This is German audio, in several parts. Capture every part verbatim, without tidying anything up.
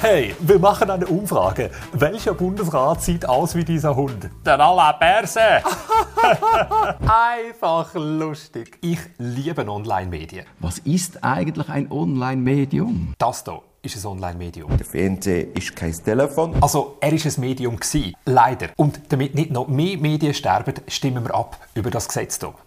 Hey, wir machen eine Umfrage. Welcher Bundesrat sieht aus wie dieser Hund? Der Alain Berset. Einfach lustig. Ich liebe Online-Medien. Was ist eigentlich ein Online-Medium? Das hier ist ein Online-Medium. Der Fernseher ist kein Telefon. Also, er war ein Medium gewesen, leider. Und damit nicht noch mehr Medien sterben, stimmen wir ab über das Gesetz hier.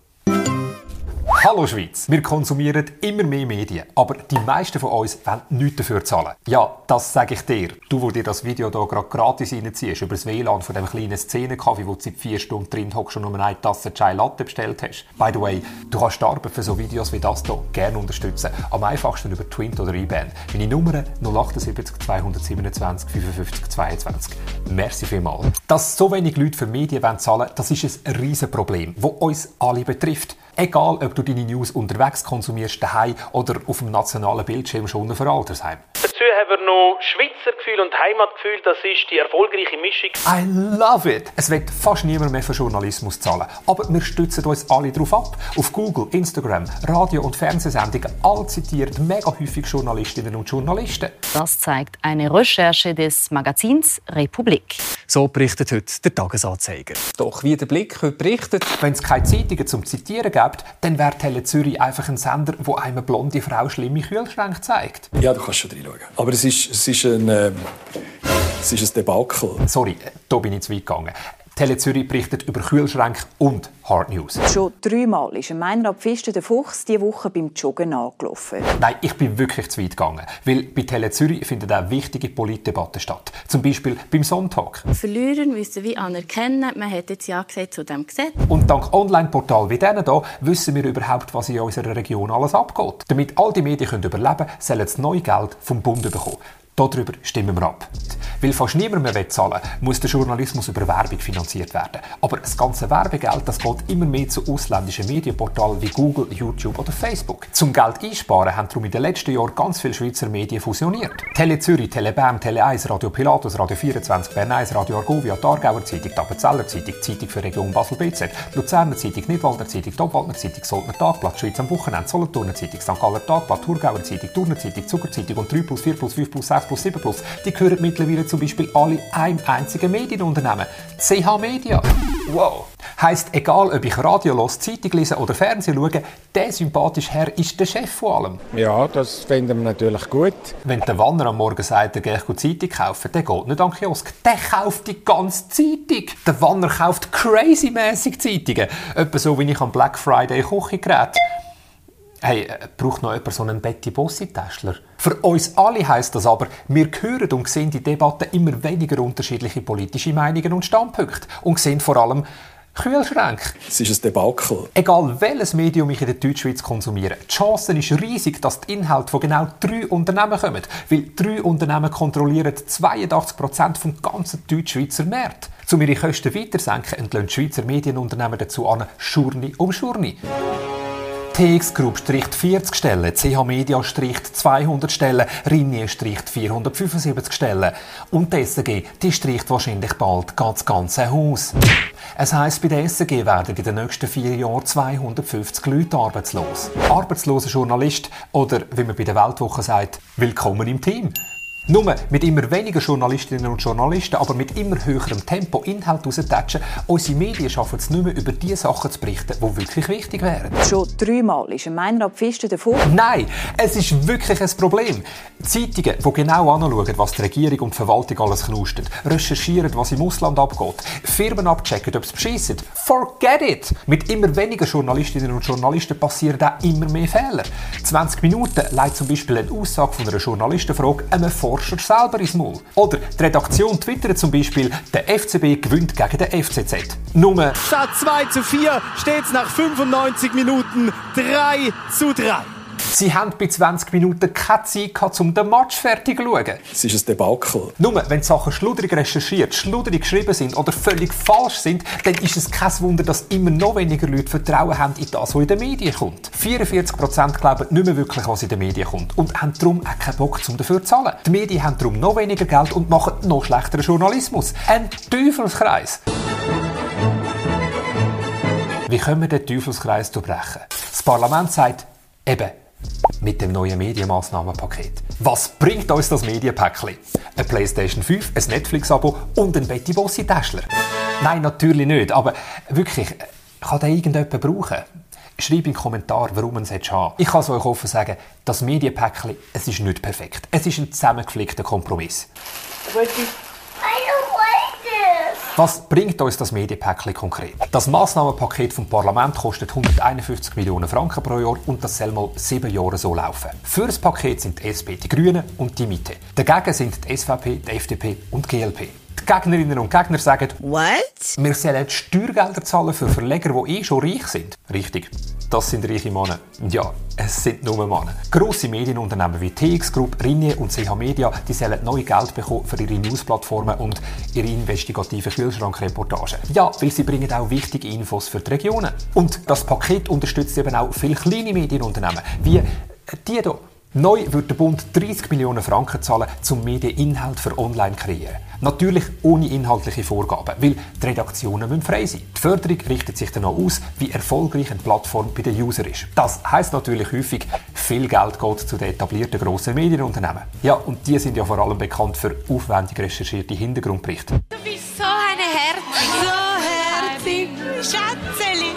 Hallo Schweiz! Wir konsumieren immer mehr Medien, aber die meisten von uns wollen nichts dafür zahlen. Ja, das sage ich dir. Du, wo dir das Video hier gerade gratis reinziehst, über das W L A N von dem kleinen Szenenkaffee, wo du seit vier Stunden drin hockst und nur eine Tasse Chai Latte bestellt hast. By the way, du kannst die Arbeit für so Videos wie das hier gerne unterstützen. Am einfachsten über Twint oder IBAN. Meine Nummer null sieben acht zwei siebenundzwanzig fünfundfünfzig zweiundzwanzig. Merci vielmals. Dass so wenig Leute für Medien zahlen wollen, das ist ein riesen Problem, das uns alle betrifft. Egal, ob du deine News unterwegs konsumierst, daheim oder auf dem nationalen Bildschirm schon für Altersheim. Dazu haben wir noch Schweizer Gefühl und Heimatgefühl. Das ist die erfolgreiche Mischung. I love it! Es wird fast niemand mehr für Journalismus zahlen. Aber wir stützen uns alle darauf ab. Auf Google, Instagram, Radio- und Fernsehsendungen, all zitiert mega häufig Journalistinnen und Journalisten. Das zeigt eine Recherche des Magazins Republik. So berichtet heute der Tagesanzeiger. Doch wie der Blick heute berichtet. Wenn es keine Zeitungen zum Zitieren gibt, dann wäre Tele Zürich einfach ein Sender, wo eine blonde Frau schlimme Kühlschränke zeigt. Ja, du kannst schon reinschauen. Aber es ist, es ist ein, äh, es ist ein Debakel. Sorry, da bin ich zu weit gegangen. Tele Zürich berichtet über Kühlschränke und Hard News. Schon dreimal ist Meinrad Pfister der Fuchs diese Woche beim Joggen angelaufen. Nein, ich bin wirklich zu weit gegangen. Weil bei Tele Zürich finden auch wichtige Politdebatten statt. Zum Beispiel beim Sonntag. Verlierer müssen wir anerkennen. Man hat jetzt ja gesagt zu diesem Gesetz. Und dank Online-Portalen wie diesen hier wissen wir überhaupt, was in unserer Region alles abgeht. Damit all die Medien können überleben können, sollen sie neu Geld vom Bund bekommen. Darüber stimmen wir ab. Weil fast niemand mehr zahlen will, muss der Journalismus über Werbung finanziert werden. Aber das ganze Werbegeld das geht immer mehr zu ausländischen Medienportalen wie Google, YouTube oder Facebook. Zum Geld einsparen haben darum in den letzten Jahren ganz viele Schweizer Medien fusioniert. Tele Zürich, Tele Bern, Tele eins, Radio Pilatus, Radio vierundzwanzig, Bern eins, Radio Argovia, die Aargauer Zeitung, die Appenzeller Zeitung, die Zeitung für Region Basel-B Z, die Luzerner Zeitung, Nidwaldner Zeitung, die Obwaldner Zeitung, Soldner Tagblatt, Schweiz am Wochenende, Solothurner Zeitung, Sankt Galler Tagblatt, Thurgauer Zeitung, Turner Zeitung, Zucker Zeitung und drei plus, vier plus, fünf plus, sechs plus, sieben plus. Die gehören mittlerweile zum Beispiel alle einem einzigen Medienunternehmen. C H Media. Wow. Heisst, egal ob ich Radio höre, Zeitung lese oder Fernsehen schaue, der sympathische Herr ist der Chef von allem. Ja, das finden wir natürlich gut. Wenn der Wanner am Morgen sagt, er gehe Zeitung kaufen, der geht nicht an den Kiosk. Der kauft die ganze Zeitung. Der Wanner kauft crazy-mässig Zeitungen. Etwa so, wie ich am Black Friday Küchengerät. Hey, braucht noch jemand so einen Betty Bossi-Täschler? Für uns alle heisst das aber, wir hören und sehen die Debatte immer weniger unterschiedliche politische Meinungen und Standpunkte und sehen vor allem Kühlschränke. Es ist ein Debakel. Egal welches Medium ich in der Deutschschweiz konsumiere, die Chance ist riesig, dass die Inhalte von genau drei Unternehmen kommen. Weil drei Unternehmen kontrollieren zweiundachtzig Prozent vom ganzen Deutschschweizer Markt. Um ihre Kosten weiter zu senken, entlöhnt Schweizer Medienunternehmen dazu an Schurni um Schurni. T X Group stricht vierzig Stellen, C H Media stricht zweihundert Stellen, Ringier stricht vierhundertfünfundsiebzig Stellen und die S R G die stricht wahrscheinlich bald das ganze Haus. Es heisst, bei der S R G werden in den nächsten vier Jahren zweihundertfünfzig Leute arbeitslos. Arbeitsloser Journalist oder, wie man bei der Weltwoche sagt, willkommen im Team. Nur mit immer weniger Journalistinnen und Journalisten, aber mit immer höherem Tempo Inhalt rauszutatschen, unsere Medien schaffen es nicht mehr, über die Sachen zu berichten, die wirklich wichtig wären. Schon dreimal ist Meinrad Pfister der Fuchs. Nein, es ist wirklich ein Problem. Zeitungen, die genau anschauen, was die Regierung und die Verwaltung alles knustet, recherchieren, was im Ausland abgeht, Firmen abchecken, ob sie beschissen. Forget it! Mit immer weniger Journalistinnen und Journalisten passieren auch immer mehr Fehler. zwanzig Minuten leitet zum Beispiel eine Aussage von einer Journalistenfrage einem Forscher selber ins Maul. Oder die Redaktion twittert zum Beispiel, der F C B gewinnt gegen den F C Z. Nummer Statt zwei zu vier steht es nach fünfundneunzig Minuten drei zu drei. Sie haben bei zwanzig Minuten keine Zeit gehabt, um den Match fertig zu schauen. Es ist ein Debakel. Nur, wenn die Sachen schludrig recherchiert, schludrig geschrieben sind oder völlig falsch sind, dann ist es kein Wunder, dass immer noch weniger Leute Vertrauen haben in das, was in den Medien kommt. vierundvierzig Prozent glauben nicht mehr wirklich, was in den Medien kommt und haben darum auch keinen Bock, um dafür zu zahlen. Die Medien haben darum noch weniger Geld und machen noch schlechteren Journalismus. Ein Teufelskreis. Wie können wir den Teufelskreis durchbrechen? Das Parlament sagt, eben, mit dem neuen Medienmaßnahmenpaket. Was bringt uns das Medienpäckchen? Ein PlayStation fünf, ein Netflix-Abo und ein Betty Bossi-Täschler? Nein, natürlich nicht, aber wirklich, kann der irgendjemand brauchen? Schreibt in den Kommentaren, warum man es haben sollte. Ich kann es euch offen sagen, das Medienpäckchen, es ist nicht perfekt. Es ist ein zusammengeflickter Kompromiss. Was bringt uns das Medienpäckchen konkret? Das Massnahmenpaket vom Parlament kostet hunderteinundfünfzig Millionen Franken pro Jahr und das soll mal sieben Jahre so laufen. Für das Paket sind die S P, die Grünen und die Mitte. Dagegen sind die S V P, die F D P und die G L P. Die Gegnerinnen und Gegner sagen, What? Wir sollen Steuergelder zahlen für Verleger, die eh schon reich sind. Richtig, das sind reiche Männer. Ja, es sind nur Männer. Grosse Medienunternehmen wie T X Group, Ringier und C H Media, die sollen neu Geld bekommen für ihre Newsplattformen und ihre investigativen Kühlschrankreportagen. Ja, weil sie bringen auch wichtige Infos für die Regionen. Und das Paket unterstützt eben auch viele kleine Medienunternehmen, wie die hier. Neu wird der Bund dreißig Millionen Franken zahlen, um Medieninhalt für online zu kreieren. Natürlich ohne inhaltliche Vorgaben, weil die Redaktionen müssen frei sein. Die Förderung richtet sich dann auch aus, wie erfolgreich eine Plattform bei den Usern ist. Das heisst natürlich häufig, viel Geld geht zu den etablierten grossen Medienunternehmen. Ja, und die sind ja vor allem bekannt für aufwendig recherchierte Hintergrundberichte. Du bist so eine Herzig, so herzig, Schatzeli.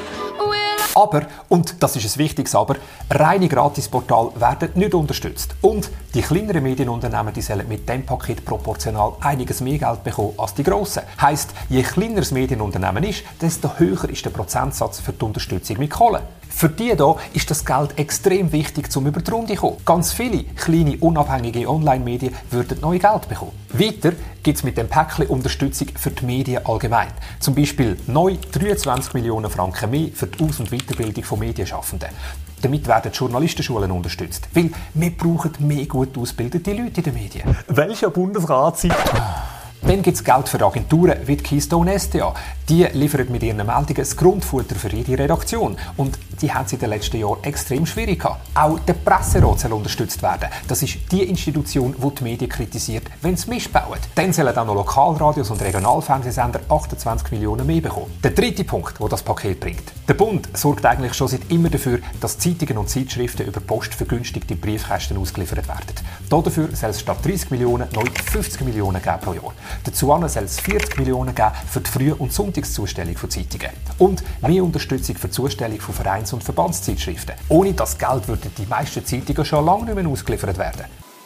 Aber, und das ist ein wichtiges Aber, reine Gratisportale werden nicht unterstützt. Und die kleineren Medienunternehmen die sollen mit diesem Paket proportional einiges mehr Geld bekommen als die grossen. Heisst, je kleiner das Medienunternehmen ist, desto höher ist der Prozentsatz für die Unterstützung mit Kohle. Für die hier ist das Geld extrem wichtig, um über die Runde zu kommen. Ganz viele kleine, unabhängige Online-Medien würden neu Geld bekommen. Weiter gibt es mit dem Päckchen Unterstützung für die Medien allgemein. Zum Beispiel neu dreiundzwanzig Millionen Franken mehr für die Aus- und Weiterbildung von Medienschaffenden. Damit werden die Journalistenschulen unterstützt. Weil wir brauchen mehr gut ausgebildete Leute in den Medien. Welcher Bundesrat sieht... Dann gibt es Geld für Agenturen wie die Keystone S D A. Die liefern mit ihren Meldungen das Grundfutter für jede Redaktion. Und die haben es in den letzten Jahren extrem schwierig gehabt. Auch der Presserat soll unterstützt werden. Das ist die Institution, die die Medien kritisiert, wenn sie missbauen. Dann sollen auch noch Lokalradios und Regionalfernsehsender achtundzwanzig Millionen mehr bekommen. Der dritte Punkt, den das Paket bringt. Der Bund sorgt eigentlich schon seit immer dafür, dass Zeitungen und Zeitschriften über Post vergünstigte Briefkästen ausgeliefert werden. Dafür soll es statt dreißig Millionen neu fünfzig Millionen geben pro Jahr. Dazu soll es vierzig Millionen geben für die Früh- und Sonntagszustellung von Zeitungen. Und mehr Unterstützung für die Zustellung von Vereins- und Verbandszeitschriften. Ohne das Geld würden die meisten Zeitungen schon lange nicht mehr ausgeliefert werden.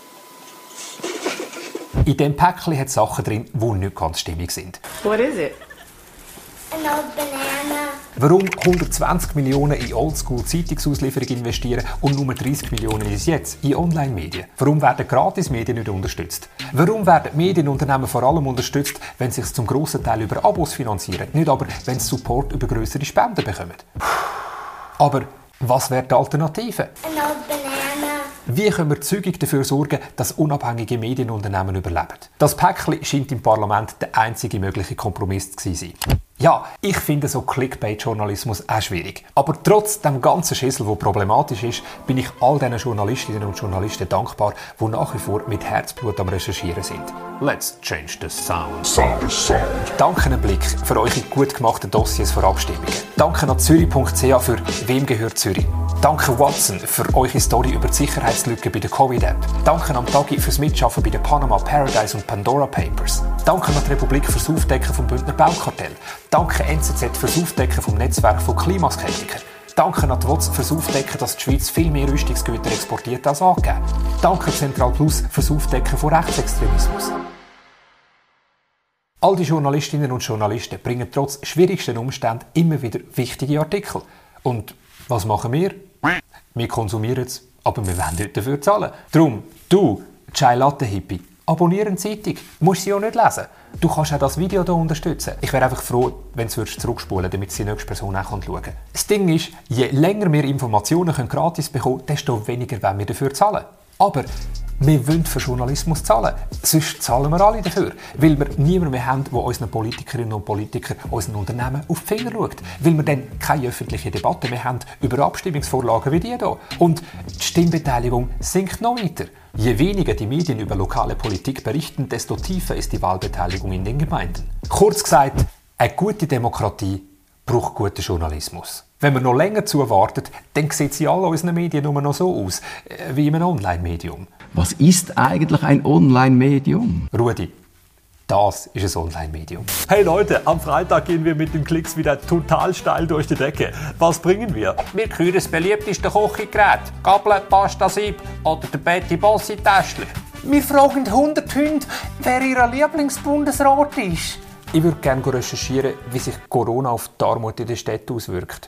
In diesem Päckchen hat es Sachen drin, die nicht ganz stimmig sind. What is it? An old banana. Warum hundertzwanzig Millionen in Oldschool-Zeitungsauslieferung investieren und nur dreißig Millionen bis jetzt in Online-Medien? Warum werden Gratis-Medien nicht unterstützt? Warum werden Medienunternehmen vor allem unterstützt, wenn sie sich zum grossen Teil über Abos finanzieren, nicht aber, wenn sie Support über grössere Spenden bekommen? Aber was wäre die Alternative? An old banana. Wie können wir zügig dafür sorgen, dass unabhängige Medienunternehmen überleben? Das Päckchen scheint im Parlament der einzige mögliche Kompromiss zu sein. Ja, ich finde so Clickbait-Journalismus auch schwierig. Aber trotz dem ganzen Schissel, der problematisch ist, bin ich all diesen Journalistinnen und Journalisten dankbar, die nach wie vor mit Herzblut am Recherchieren sind. Let's change the sound. Sound, sound. Danke einen Blick für eure gut gemachten Dossiers für Abstimmungen. Danke an zürich punkt c h für «Wem gehört Zürich?». Danke Watson für eure Story über die Sicherheitslücke bei der Covid-App. Danke an Tagi fürs Mitschaffen bei den Panama Paradise und Pandora Papers. Danke an die Republik fürs Aufdecken vom Bündner Baukartell. Danke N Z Z fürs Aufdecken vom Netzwerk von Klimaskeptikern. Danke an die W O Z fürs Aufdecken, dass die Schweiz viel mehr Rüstungsgüter exportiert als angegeben. Danke Central Plus fürs Aufdecken von Rechtsextremismus. All die Journalistinnen und Journalisten bringen trotz schwierigsten Umständen immer wieder wichtige Artikel. Und was machen wir? Wir konsumieren es, aber wir wollen nicht dafür zahlen. Darum, du, Chai Latte Hippie, abonniere eine Zeitung. Du musst sie ja nicht lesen. Du kannst auch das Video hier unterstützen. Ich wäre einfach froh, wenn du es zurückspulen, damit die nächste Person auch schauen kann. Das Ding ist, je länger wir Informationen gratis bekommen können, desto weniger wollen wir dafür zahlen. Aber wir wollen für Journalismus zahlen. Sonst zahlen wir alle dafür. Weil wir niemanden mehr haben, der unseren Politikerinnen und Politikern, unseren Unternehmen auf die Finger schaut. Weil wir dann keine öffentliche Debatte mehr haben über Abstimmungsvorlagen wie die hier. Und die Stimmbeteiligung sinkt noch weiter. Je weniger die Medien über lokale Politik berichten, desto tiefer ist die Wahlbeteiligung in den Gemeinden. Kurz gesagt, eine gute Demokratie braucht guten Journalismus. Wenn man noch länger zuwartet, dann sieht sie alle unseren Medien nur noch so aus, wie in einem Online-Medium. Was ist eigentlich ein Online-Medium? Rudi, das ist ein Online-Medium. Hey Leute, am Freitag gehen wir mit den Klicks wieder total steil durch die Decke. Was bringen wir? Wir küren das beliebteste Kochgerät, Gabel, Pasta, Sieb oder der Betty Bossi Täschler. Wir fragen hundert Hunde, wer ihr Lieblingsbundesrat ist. Ich würde gerne recherchieren, wie sich Corona auf die Armut in der Stadt auswirkt.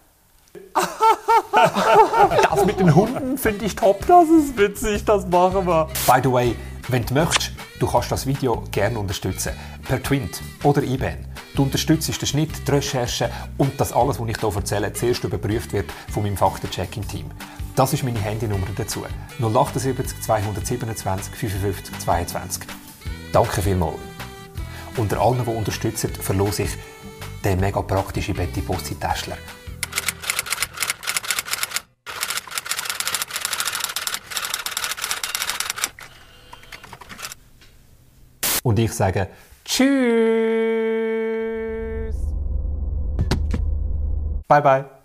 Das mit den Hunden finde ich top, das ist witzig, das machen wir. By the way, wenn du möchtest, du kannst das Video gerne unterstützen. Per Twint oder I B A N. Du unterstützt den Schnitt, die Recherche und dass alles, was ich hier erzähle, zuerst überprüft wird von meinem Fakten-Checking-Team. Das ist meine Handynummer dazu. null achtundsiebzig zweihundertsiebenundzwanzig fünfundfünfzig zweiundzwanzig. Danke vielmals. Unter allen, die unterstützen, verlose ich den mega praktischen Betty Bossi Täschler. Und ich sage Tschüss. Bye bye.